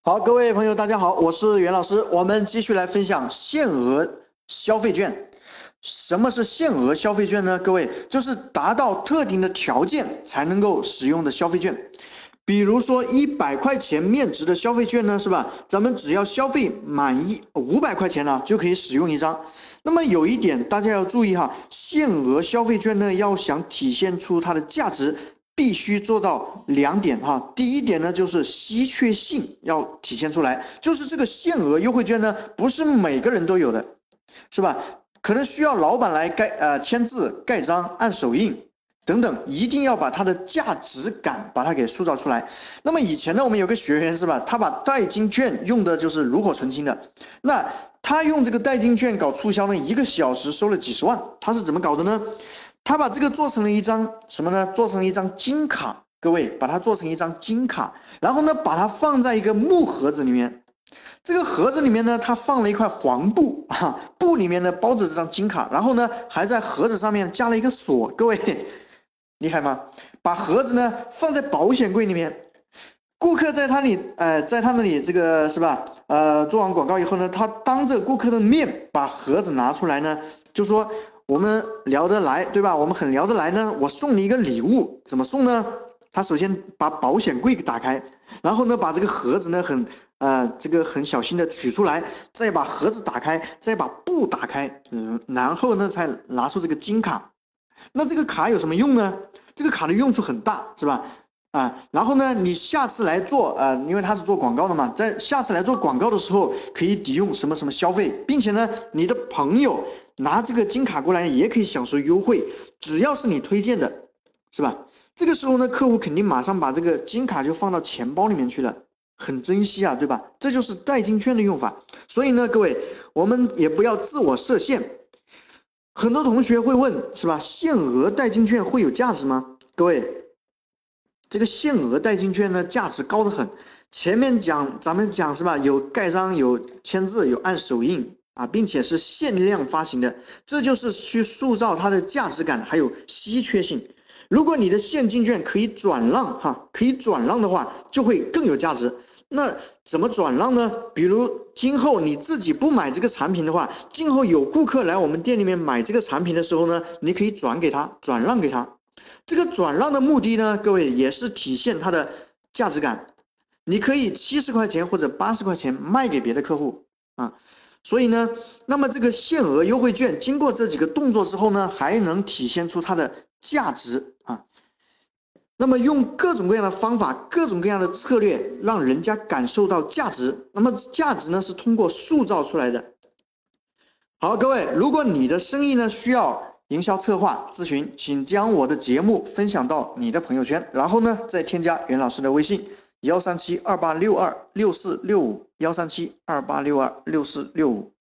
好，各位朋友，大家好，我是袁老师。我们继续来分享限额消费券。什么是限额消费券呢？各位，就是达到特定的条件才能够使用的消费券。比如说100块钱面值的消费券呢，是吧？咱们只要消费满500块钱呢，就可以使用一张。那么有一点大家要注意哈，限额消费券呢，要想体现出它的价值，必须做到2点哈。第一点呢，就是稀缺性要体现出来，就是这个限额优惠券呢，不是每个人都有的，是吧？可能需要老板来签字、盖章、按手印等等，一定要把它的价值感把它给塑造出来。那么以前呢，我们有个学员是吧，他把代金券用的就是炉火纯青的，那他用这个代金券搞促销呢，1个小时收了几十万，他是怎么搞的呢？他把这个做成了一张什么呢？做成了一张金卡，各位把它做成一张金卡，然后呢把它放在一个木盒子里面。这个盒子里面呢，他放了一块黄布啊，布里面呢包着这张金卡，然后呢还在盒子上面加了一个锁，各位厉害吗？把盒子呢放在保险柜里面，顾客在他那里这个是吧？做完广告以后呢，他当着顾客的面把盒子拿出来呢，就说我们聊得来，对吧？我们很聊得来呢，我送你一个礼物，怎么送呢？他首先把保险柜给打开，然后呢把这个盒子呢很小心的取出来，再把盒子打开，再把布打开，然后呢才拿出这个金卡。那这个卡有什么用呢？这个卡的用处很大，是吧？然后呢，你下次来做因为他是做广告的嘛，在下次来做广告的时候，可以抵用什么什么消费，并且呢，你的朋友拿这个金卡过来也可以享受优惠，只要是你推荐的，是吧？这个时候呢，客户肯定马上把这个金卡就放到钱包里面去了，很珍惜啊，对吧？这就是代金券的用法。所以呢，各位，我们也不要自我设限。很多同学会问，是吧？限额代金券会有价值吗？各位，这个限额代金券呢，价值高得很。前面咱们讲是吧？有盖章、有签字、有按手印啊，并且是限量发行的，这就是去塑造它的价值感，还有稀缺性。如果你的现金券可以转让哈，可以转让的话，就会更有价值。那怎么转让呢？比如今后你自己不买这个产品的话，今后有顾客来我们店里面买这个产品的时候呢，你可以转给他，转让给他。这个转让的目的呢，各位也是体现它的价值感。你可以70块钱或者80块钱卖给别的客户啊。所以呢，那么这个限额优惠券经过这几个动作之后呢，还能体现出它的价值啊。那么用各种各样的方法、各种各样的策略，让人家感受到价值。那么价值呢，是通过塑造出来的。好，各位，如果你的生意呢需要营销策划咨询，请将我的节目分享到你的朋友圈，然后呢再添加袁老师的微信13728626465，13728626465。